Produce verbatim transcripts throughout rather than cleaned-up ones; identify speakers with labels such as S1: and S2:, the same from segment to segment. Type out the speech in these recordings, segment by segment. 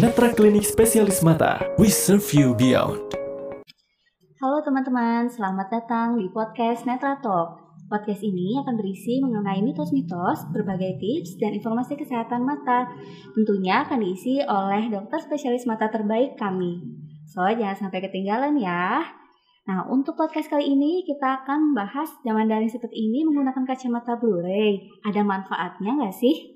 S1: Netra Klinik Spesialis Mata, we serve you beyond.
S2: Halo teman-teman, selamat datang di podcast Netra Talk. Podcast ini akan berisi mengenai mitos-mitos, berbagai tips, dan informasi kesehatan mata. Tentunya akan diisi oleh dokter spesialis mata terbaik kami. So, jangan sampai ketinggalan ya. Nah, untuk podcast kali ini kita akan membahas zaman daring seperti ini menggunakan kacamata Blu-ray. Ada manfaatnya nggak sih?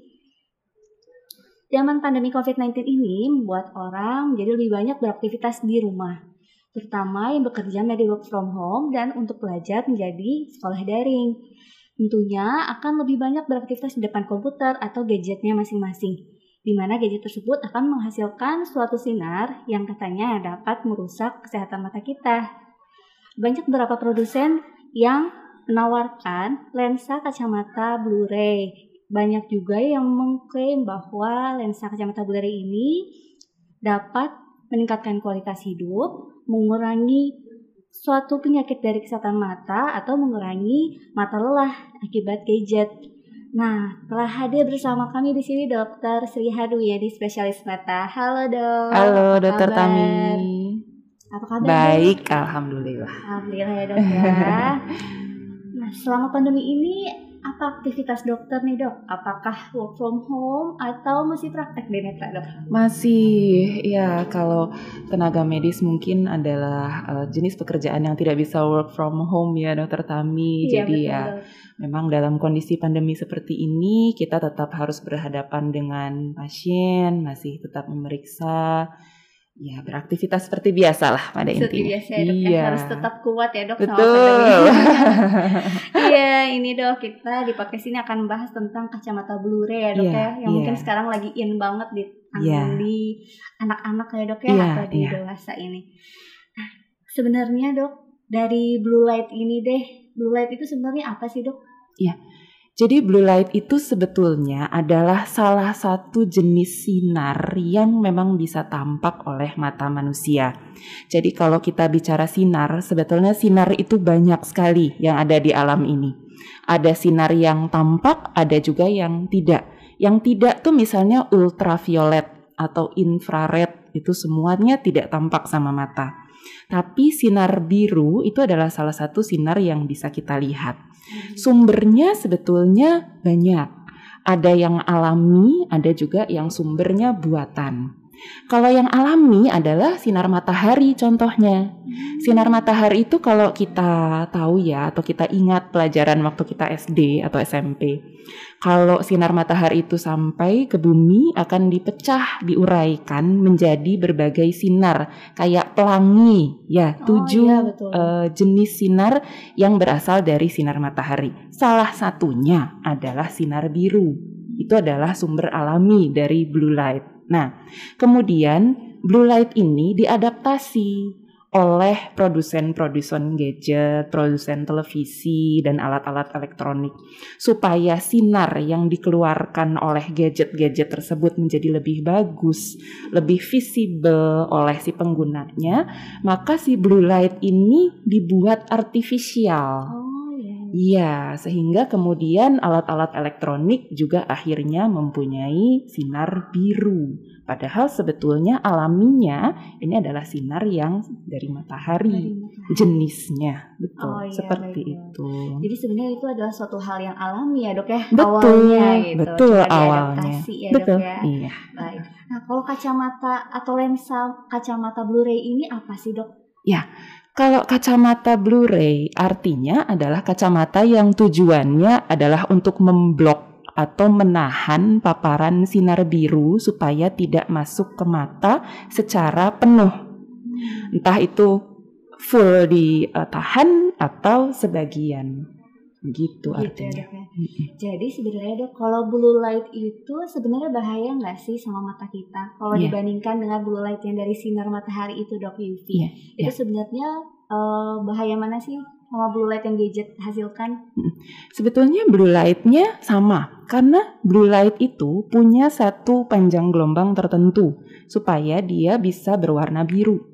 S2: Zaman pandemi covid sembilan belas ini membuat orang menjadi lebih banyak beraktivitas di rumah, terutama yang bekerja menjadi work from home dan untuk belajar menjadi sekolah daring. Tentunya akan lebih banyak beraktivitas di depan komputer atau gadgetnya masing-masing, di mana gadget tersebut akan menghasilkan suatu sinar yang katanya dapat merusak kesehatan mata kita. Banyak beberapa produsen yang menawarkan lensa kacamata Blu-ray. Banyak juga yang mengklaim bahwa lensa kacamata Blu-ray ini dapat meningkatkan kualitas hidup, mengurangi suatu penyakit dari kesehatan mata, atau mengurangi mata lelah akibat gadget. Nah, telah hadir bersama kami di sini Dokter Sri Haduyadi, spesialis mata. Halo dok.
S3: Halo Dokter Tami.
S2: Apa kabar?
S3: Baik,
S2: dok?
S3: alhamdulillah.
S2: Alhamdulillah ya dok ya. Nah, selama pandemi ini apa aktivitas dokter nih dok? Apakah work from home atau masih praktek di Netra dok?
S3: Masih, ya kalau tenaga medis mungkin adalah uh, jenis pekerjaan yang tidak bisa work from home ya Dokter Tami.
S2: Iya,
S3: Jadi
S2: betul,
S3: ya
S2: dok.
S3: memang dalam kondisi pandemi seperti ini kita tetap harus berhadapan dengan pasien, masih tetap memeriksa. Ya, beraktivitas seperti biasa lah pada
S2: Seperti
S3: intinya.
S2: biasa ya dok,
S3: Iya.
S2: ya. Harus tetap kuat ya dok sama
S3: Betul.
S2: pandemi. Iya, ini dok, kita di podcast ini akan membahas tentang kacamata Blu-ray ya dok
S3: Iya,
S2: ya, yang
S3: iya.
S2: mungkin sekarang lagi in banget di
S3: Iya.
S2: di anak-anak ya dok ya,
S3: Iya,
S2: atau di
S3: iya.
S2: dewasa ini. Nah, sebenarnya dok, dari blue light ini deh, blue light itu sebenarnya apa sih dok?
S3: Iya. Jadi blue light itu sebetulnya adalah salah satu jenis sinar yang memang bisa tampak oleh mata manusia. Jadi kalau kita bicara sinar, sebetulnya sinar itu banyak sekali yang ada di alam ini. Ada sinar yang tampak, ada juga yang tidak. Yang tidak tuh misalnya ultraviolet atau infrared, itu semuanya tidak tampak sama mata. Tapi sinar biru itu adalah salah satu sinar yang bisa kita lihat. Sumbernya sebetulnya banyak. Ada yang alami, ada juga yang sumbernya buatan. Kalau yang alami adalah sinar matahari contohnya. Sinar matahari itu kalau kita tahu ya, atau kita ingat pelajaran waktu kita S D atau S M P. Kalau sinar matahari itu sampai ke bumi akan dipecah, diuraikan menjadi berbagai sinar. Kayak pelangi, ya tujuh
S2: Oh, iya, betul.
S3: uh, jenis sinar yang berasal dari sinar matahari. Salah satunya adalah sinar biru. Itu adalah sumber alami dari blue light. Nah, kemudian blue light ini diadaptasi oleh produsen-produsen gadget, produsen televisi, dan alat-alat elektronik supaya sinar yang dikeluarkan oleh gadget-gadget tersebut menjadi lebih bagus, lebih visible oleh si penggunanya, maka si blue light ini dibuat artifisial.
S2: Oh iya.
S3: Iya, sehingga kemudian alat-alat elektronik juga akhirnya mempunyai sinar biru. Padahal sebetulnya alaminya ini adalah sinar yang dari matahari,
S2: Dari matahari.
S3: jenisnya. Betul,
S2: Oh, iya,
S3: seperti
S2: baik,
S3: itu.
S2: Jadi sebenarnya itu adalah suatu hal yang alami ya dok ya,
S3: Betul,
S2: awalnya gitu.
S3: betul
S2: Cuma
S3: awalnya.
S2: diadaptasi ya
S3: Betul,
S2: dok ya.
S3: iya.
S2: Baik. Nah, kalau kacamata atau lensa kacamata Blu-ray ini apa sih dok?
S3: Ya, kalau kacamata Blu-ray artinya adalah kacamata yang tujuannya adalah untuk memblok atau menahan paparan sinar biru supaya tidak masuk ke mata secara penuh. Entah itu full ditahan atau sebagian. Gitu,
S2: Gitu ya
S3: artinya.
S2: dok ya. Jadi sebenarnya dok, kalau blue light itu sebenarnya bahaya nggak sih sama mata kita? Kalau
S3: Iya.
S2: dibandingkan dengan blue light yang dari sinar matahari itu dok, U V,
S3: Iya,
S2: itu
S3: iya.
S2: sebenarnya eh, bahaya mana sih sama blue light yang gadget hasilkan?
S3: Sebetulnya blue light-nya sama, karena blue light itu punya satu panjang gelombang tertentu supaya dia bisa berwarna biru.
S2: Hmm.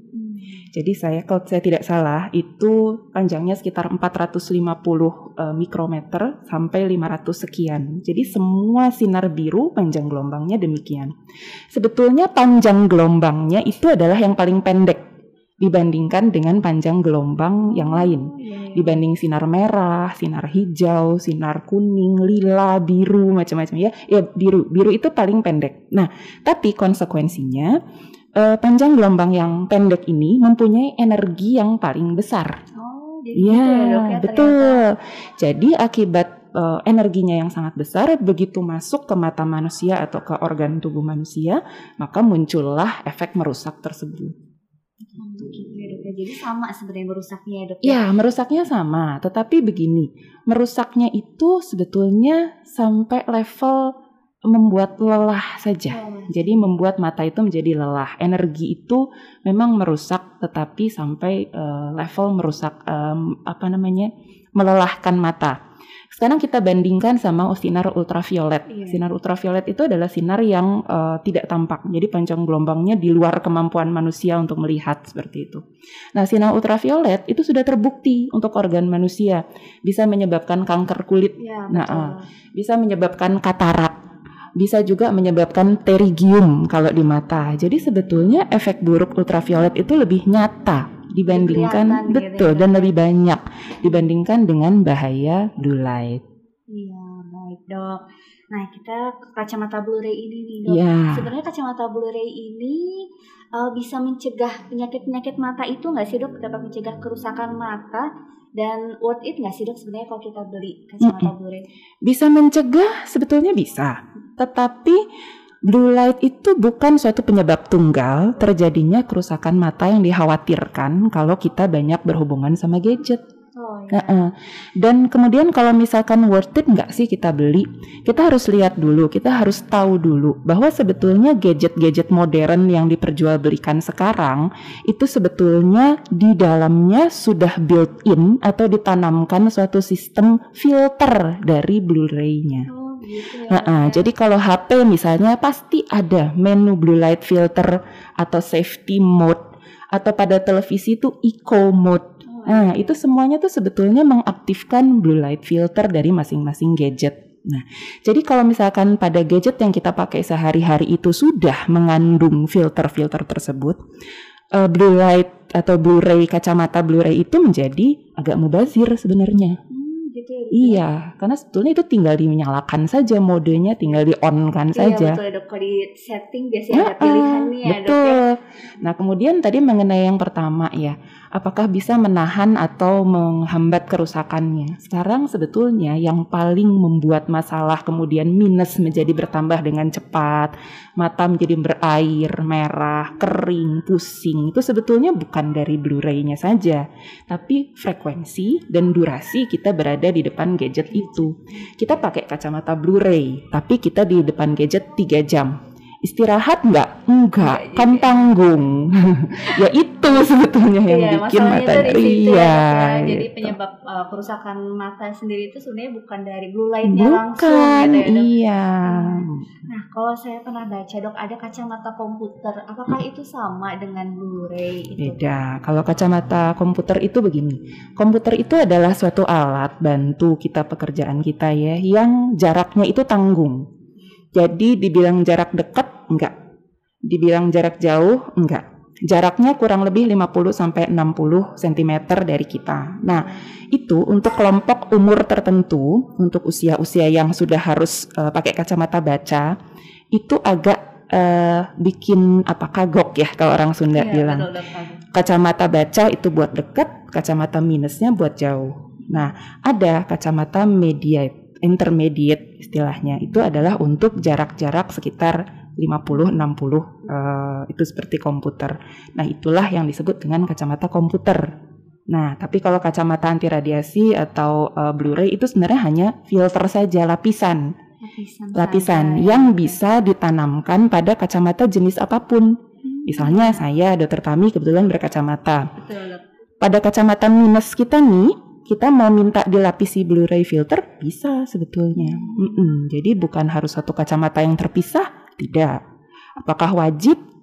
S3: Jadi saya kalau saya tidak salah itu panjangnya sekitar empat ratus lima puluh uh, mikrometer sampai lima ratus sekian. Jadi semua sinar biru panjang gelombangnya demikian. Sebetulnya panjang gelombangnya itu adalah yang paling pendek dibandingkan dengan panjang gelombang yang lain. Dibanding sinar merah, sinar hijau, sinar kuning, lila, biru, macam-macam ya. Ya biru, biru itu paling pendek. Nah, tapi konsekuensinya eh, panjang gelombang yang pendek ini mempunyai energi yang paling besar.
S2: Oh, jadi
S3: ya,
S2: gitu ya, dok, ya,
S3: betul.
S2: ternyata.
S3: Jadi akibat uh, energinya yang sangat besar begitu masuk ke mata manusia atau ke organ tubuh manusia, maka muncullah efek merusak tersebut.
S2: Oh, gitu ya, dok. Jadi sama sebenarnya merusaknya ya, dok.
S3: Ya, merusaknya sama, tetapi begini, merusaknya itu sebetulnya sampai level membuat lelah saja.
S2: Oh.
S3: Jadi membuat mata itu menjadi lelah. Energi itu memang merusak, tetapi sampai uh, level merusak um, apa namanya? melelahkan mata. Sekarang kita bandingkan sama sinar ultraviolet.
S2: Iya.
S3: Sinar ultraviolet itu adalah sinar yang uh, tidak tampak. Jadi panjang gelombangnya di luar kemampuan manusia untuk melihat seperti itu. Nah, sinar ultraviolet itu sudah terbukti untuk organ manusia bisa menyebabkan kanker kulit.
S2: Ya,
S3: nah, uh, bisa menyebabkan katarak. Bisa juga menyebabkan pterygium kalau di mata. Jadi sebetulnya efek buruk ultraviolet itu lebih nyata dibandingkan
S2: Kelihatan
S3: betul
S2: gitu ya,
S3: dan lebih banyak dibandingkan dengan bahaya blue light.
S2: Iya, baik dok. Nah, kita ke kacamata Blu-ray ini nih dok.
S3: Ya.
S2: Sebenarnya kacamata Blu-ray ini uh, bisa mencegah penyakit-penyakit mata itu nggak sih dok? Dapat mencegah kerusakan mata dan worth it nggak sih dok sebenarnya kalau kita beli kacamata
S3: Mm-mm.
S2: Blu-ray?
S3: Bisa mencegah sebetulnya bisa, tetapi blue light itu bukan suatu penyebab tunggal terjadinya kerusakan mata yang dikhawatirkan kalau kita banyak berhubungan sama gadget.
S2: Oh, ya.
S3: Uh-uh. Dan kemudian kalau misalkan worth it nggak sih kita beli, kita harus lihat dulu, kita harus tahu dulu bahwa sebetulnya gadget-gadget modern yang diperjualbelikan sekarang itu sebetulnya di dalamnya sudah built-in atau ditanamkan suatu sistem filter dari Blu-ray-nya.
S2: Oh, gitu ya,
S3: Nah,
S2: ya.
S3: jadi kalau H P misalnya pasti ada menu blue light filter atau safety mode, atau pada televisi itu eco mode.
S2: Oh,
S3: Nah,
S2: iya.
S3: itu semuanya tuh sebetulnya mengaktifkan blue light filter dari masing-masing gadget. Nah, jadi kalau misalkan pada gadget yang kita pakai sehari-hari itu sudah mengandung filter-filter tersebut, uh, blue light atau Blu-ray, kacamata Blu-ray itu menjadi agak mubazir sebenarnya.
S2: Hmm, gitu ya, dok.
S3: Iya, karena sebetulnya itu tinggal dinyalakan saja modenya, tinggal di-on-kan
S2: Iya,
S3: saja.
S2: betul ya, dok. Kalau di setting biasanya ada
S3: Heeh,
S2: pilihannya ya dok ya.
S3: betul. Nah, kemudian tadi mengenai yang pertama ya, apakah bisa menahan atau menghambat kerusakannya? Sekarang sebetulnya yang paling membuat masalah kemudian minus menjadi bertambah dengan cepat, mata menjadi berair, merah, kering, pusing, itu sebetulnya bukan dari Blu-ray-nya saja, tapi frekuensi dan durasi kita berada di depan gadget itu. Kita pakai kacamata Blu-ray, tapi kita di depan gadget tiga jam. Istirahat nggak? Enggak, kan tanggung. Ya itu sebetulnya yang
S2: Iya,
S3: bikin
S2: masalahnya
S3: mata
S2: itu di situ ya,
S3: iya.
S2: dok ya. Jadi
S3: gitu.
S2: penyebab uh, kerusakan mata sendiri itu sebenarnya bukan dari blue light-nya langsung
S3: Bukan,
S2: gitu ya, dok.
S3: iya.
S2: Nah, kalau saya pernah baca dok, ada kacamata komputer. Apakah itu sama dengan Blu-ray itu?
S3: Beda. Kalau kacamata komputer itu begini. Komputer itu adalah suatu alat bantu kita pekerjaan kita ya, yang jaraknya itu tanggung. Jadi dibilang jarak dekat enggak. Dibilang jarak jauh enggak. Jaraknya kurang lebih lima puluh sampai enam puluh sentimeter dari kita. Nah, itu untuk kelompok umur tertentu, untuk usia-usia yang sudah harus uh, pakai kacamata baca, itu agak uh, bikin apa kagok ya kalau orang Sunda
S2: Iya,
S3: bilang.
S2: betul, dok.
S3: Kacamata baca itu buat dekat, kacamata minusnya buat jauh. Nah, ada kacamata mediate, intermediate istilahnya. Itu adalah untuk jarak-jarak sekitar lima puluh enam puluh uh, itu seperti komputer. Nah, itulah yang disebut dengan kacamata komputer. Nah, tapi kalau kacamata anti radiasi atau uh, Blu-ray itu sebenarnya hanya filter saja, lapisan.
S2: Lapisan,
S3: Lapisan
S2: saja,
S3: yang
S2: ya.
S3: bisa ditanamkan pada kacamata jenis apapun. Misalnya saya, Dokter Tami, kebetulan berkacamata.
S2: Betul, dok.
S3: Pada kacamata minus kita nih, kita mau minta dilapisi Blu-ray filter, bisa sebetulnya. Mm-mm. Jadi bukan harus satu kacamata yang terpisah, tidak. Apakah wajib?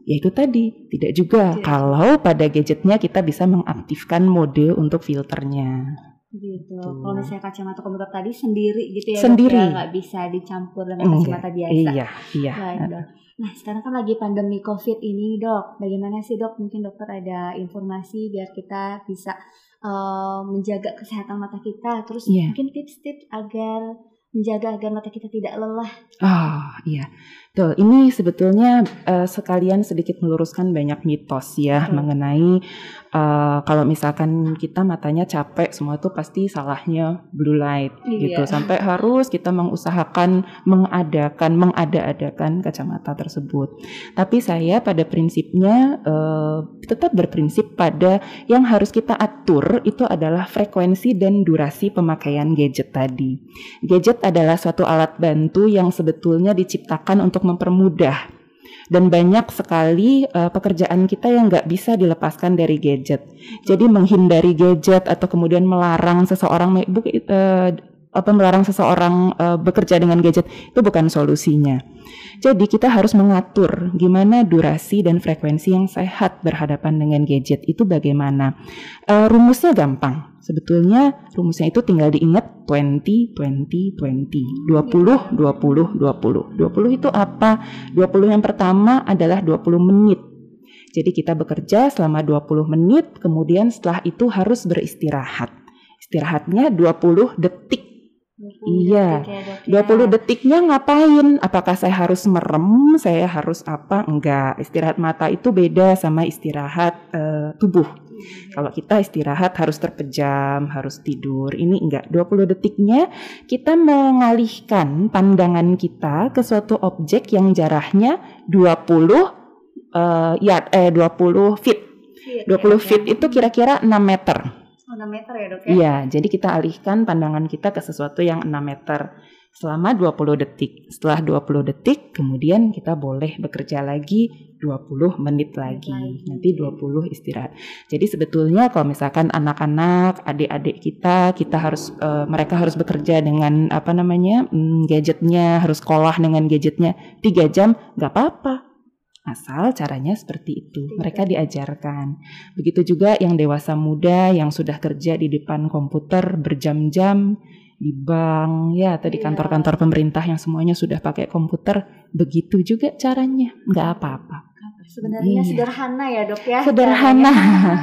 S3: Ya itu tadi, tidak juga.
S2: Tidak.
S3: Kalau pada gadgetnya kita bisa mengaktifkan mode untuk filternya.
S2: Gitu.
S3: Tuh.
S2: Kalau misalnya kacamata komputer tadi sendiri gitu ya,
S3: Sendiri.
S2: Dok, ya, nggak bisa dicampur dengan kacamata biasa.
S3: Iya, iya.
S2: Baik, Dok. Nah, sekarang kan lagi pandemi COVID ini, Dok. Bagaimana sih, Dok? Mungkin dokter ada informasi biar kita bisa uh, menjaga kesehatan mata kita. Terus
S3: Iya.
S2: mungkin tips-tips agar menjaga agar mata kita tidak lelah.
S3: Oh iya, tuh ini sebetulnya uh, sekalian sedikit meluruskan banyak mitos ya
S2: Hmm.
S3: mengenai uh, kalau misalkan kita matanya capek semua itu pasti salahnya blue light
S2: Iya.
S3: gitu, sampai harus kita mengusahakan mengadakan mengada-adakan kacamata tersebut. Tapi saya pada prinsipnya uh, tetap berprinsip pada yang harus kita atur itu adalah frekuensi dan durasi pemakaian gadget tadi. Gadget adalah suatu alat bantu yang sebetulnya diciptakan untuk mempermudah, dan banyak sekali uh, pekerjaan kita yang nggak bisa dilepaskan dari gadget. Jadi menghindari gadget atau kemudian melarang seseorang bu, uh, apa melarang seseorang uh, bekerja dengan gadget itu bukan solusinya. Jadi kita harus mengatur gimana durasi dan frekuensi yang sehat berhadapan dengan gadget itu bagaimana. Uh, rumusnya gampang. Sebetulnya rumusnya itu tinggal diingat dua puluh, dua puluh, dua puluh, dua puluh, dua puluh. dua puluh itu apa? dua puluh yang pertama adalah dua puluh menit. Jadi kita bekerja selama dua puluh menit, kemudian setelah itu harus beristirahat. Istirahatnya dua puluh detik. Iya, dua puluh detiknya ngapain? Apakah saya harus merem? Saya harus apa? Enggak, istirahat mata itu beda sama istirahat uh, tubuh. Kalau kita istirahat harus terpejam, harus tidur. Ini enggak, dua puluh detiknya kita mengalihkan pandangan kita ke suatu objek yang jaraknya dua puluh uh, yard, eh dua puluh feet. dua puluh feet itu kira-kira enam meter.
S2: enam meter ya, Dok ya?
S3: Iya, jadi kita alihkan pandangan kita ke sesuatu yang enam meter selama dua puluh detik. Setelah dua puluh detik, kemudian kita boleh bekerja lagi dua puluh menit lagi.
S2: lagi.
S3: Nanti dua puluh istirahat. Jadi sebetulnya kalau misalkan anak-anak, adik-adik kita, kita harus uh, mereka harus bekerja dengan apa namanya? Hmm, gadgetnya, harus sekolah dengan gadgetnya tiga jam, nggak apa-apa. Asal caranya seperti itu, mereka diajarkan. Begitu juga yang dewasa muda yang sudah kerja di depan komputer berjam-jam di bank ya atau di kantor-kantor pemerintah yang semuanya sudah pakai komputer, begitu juga caranya, nggak apa-apa.
S2: Sebenarnya
S3: Iya.
S2: sederhana ya, Dok ya.
S3: Sederhana.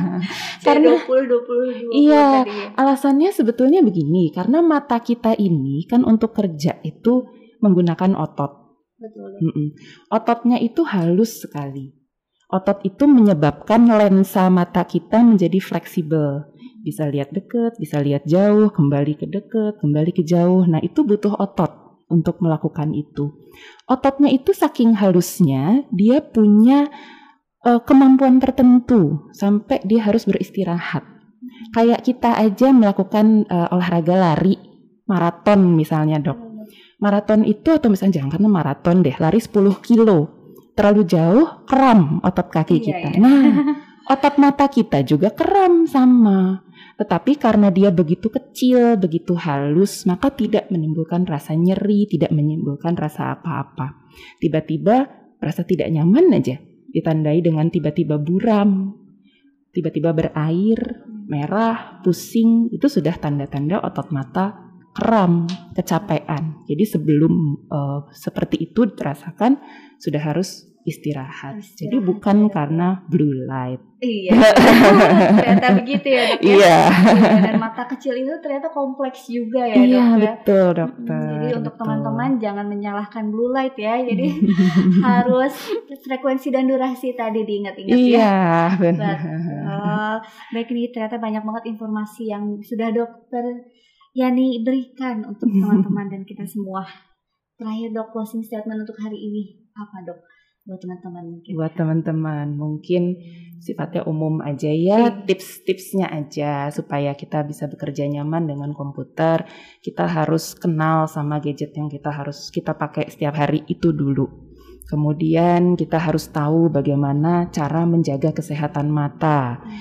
S2: Karena dua puluh, dua puluh, dua puluh
S3: Iya,
S2: tadi ya.
S3: alasannya sebetulnya begini, karena mata kita ini kan untuk kerja itu menggunakan otot.
S2: Betul.
S3: Mm-mm. Ototnya itu halus sekali. Otot itu menyebabkan lensa mata kita menjadi fleksibel. Bisa lihat dekat, bisa lihat jauh, kembali ke dekat, kembali ke jauh. Nah, itu butuh otot untuk melakukan itu. Ototnya itu saking halusnya, dia punya uh, kemampuan tertentu sampai dia harus beristirahat. Kayak kita aja melakukan uh, olahraga lari, maraton misalnya, Dok. Maraton itu atau misalnya jangan karena maraton deh, lari sepuluh kilo. Terlalu jauh, kram otot kaki
S2: Iya,
S3: kita.
S2: iya.
S3: Nah, otot mata kita juga kram sama. Tetapi karena dia begitu kecil, begitu halus, maka tidak menimbulkan rasa nyeri, tidak menimbulkan rasa apa-apa. Tiba-tiba rasa tidak nyaman aja, ditandai dengan tiba-tiba buram, tiba-tiba berair, merah, pusing, itu sudah tanda-tanda otot mata kram, kecapean. Jadi sebelum uh, seperti itu dirasakan sudah harus istirahat.
S2: Istirahat.
S3: Jadi bukan karena blue light.
S2: Iya. Ternyata begitu ya, Dok ya.
S3: Iya.
S2: Iya, dan mata kecil itu ternyata kompleks juga ya,
S3: Iya,
S2: Dok ya.
S3: betul, dokter.
S2: Hmm, jadi untuk
S3: betul.
S2: teman-teman jangan menyalahkan blue light ya. Jadi harus frekuensi dan durasi tadi diingat-ingat ya.
S3: Iya, benar.
S2: Uh, baik, ini ternyata banyak banget informasi yang sudah dokter Yani berikan untuk teman-teman dan kita semua. Terakhir, Dok, closing statement untuk hari ini apa, Dok? Buat teman-teman mungkin.
S3: Buat teman-teman mungkin sifatnya umum aja ya, tips-tipsnya aja supaya kita bisa bekerja nyaman dengan komputer. Kita harus kenal sama gadget yang kita harus kita pakai setiap hari itu dulu. Kemudian kita harus tahu bagaimana cara menjaga kesehatan mata.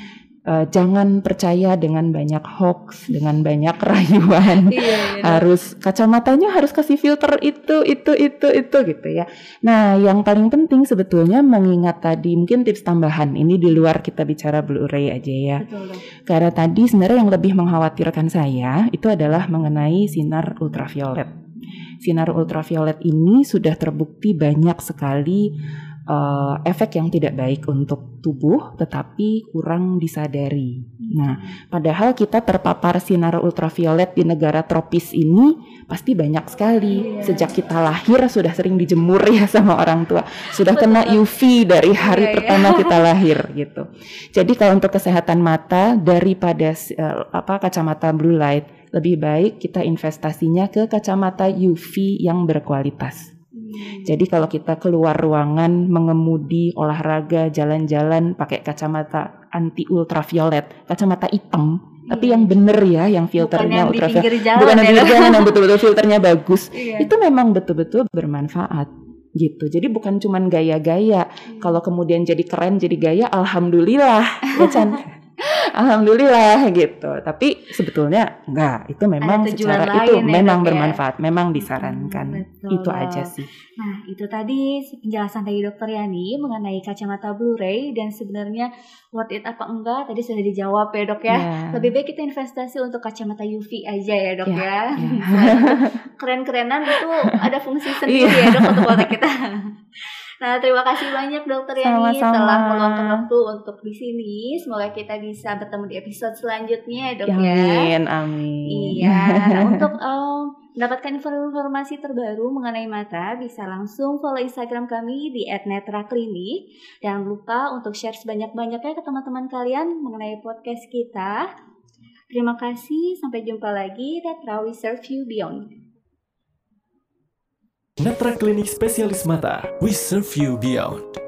S3: Uh, jangan percaya dengan banyak hoax, dengan banyak rayuan.
S2: Iya, iya.
S3: Harus kacamatanya harus kasih filter itu, itu, itu, itu gitu ya. Nah, yang paling penting sebetulnya mengingat tadi mungkin tips tambahan ini di luar kita bicara Blu-ray aja ya.
S2: Betul.
S3: Karena tadi sebenarnya yang lebih mengkhawatirkan saya itu adalah mengenai sinar ultraviolet. Sinar ultraviolet ini sudah terbukti banyak sekali Uh, efek yang tidak baik untuk tubuh tetapi kurang disadari. Nah, padahal kita terpapar sinar ultraviolet di negara tropis ini pasti banyak sekali. Sejak kita lahir sudah sering dijemur ya sama orang tua. Sudah kena U V dari hari
S2: iya,
S3: pertama
S2: iya.
S3: kita lahir gitu. Jadi kalau untuk kesehatan mata daripada uh, apa kacamata blue light, lebih baik kita investasinya ke kacamata U V yang berkualitas. Jadi kalau kita keluar ruangan, mengemudi, olahraga, jalan-jalan pakai kacamata anti ultraviolet, kacamata hitam, iya. Tapi yang bener ya, yang filternya
S2: bukan
S3: ultraviolet,
S2: yang
S3: bukan yang
S2: ya.
S3: pinggir jalan, yang betul-betul filternya bagus,
S2: iya.
S3: Itu memang betul-betul bermanfaat gitu. Jadi bukan cuman gaya-gaya, hmm. Kalau kemudian jadi keren, jadi gaya, alhamdulillah, ya Chan. Alhamdulillah gitu. Tapi sebetulnya enggak, itu memang secara itu ya, memang ya? Bermanfaat, memang disarankan. Betul. Itu aja sih.
S2: Nah, itu tadi penjelasan dari Dokter Yani mengenai kacamata Blu-ray dan sebenarnya worth it apa enggak tadi sudah dijawab ya, Dok ya. Yeah. Lebih baik kita investasi untuk kacamata U V aja ya, Dok yeah. ya. Yeah. Keren-kerenan itu ada fungsi sendiri yeah. ya, Dok, untuk otak kita. Nah, terima kasih banyak Dokter Yani telah meluangkan waktu untuk di sini. Semoga kita bisa bertemu di episode selanjutnya, Dok ya.
S3: Amin, amin.
S2: Iya. Nah, untuk um, mendapatkan informasi terbaru mengenai mata, bisa langsung follow Instagram kami di et netra klinik. Jangan lupa untuk share sebanyak-banyaknya ke teman-teman kalian mengenai podcast kita. Terima kasih. Sampai jumpa lagi. Netra, we serve you beyond.
S1: Netra Klinik Spesialis Mata, we serve you beyond.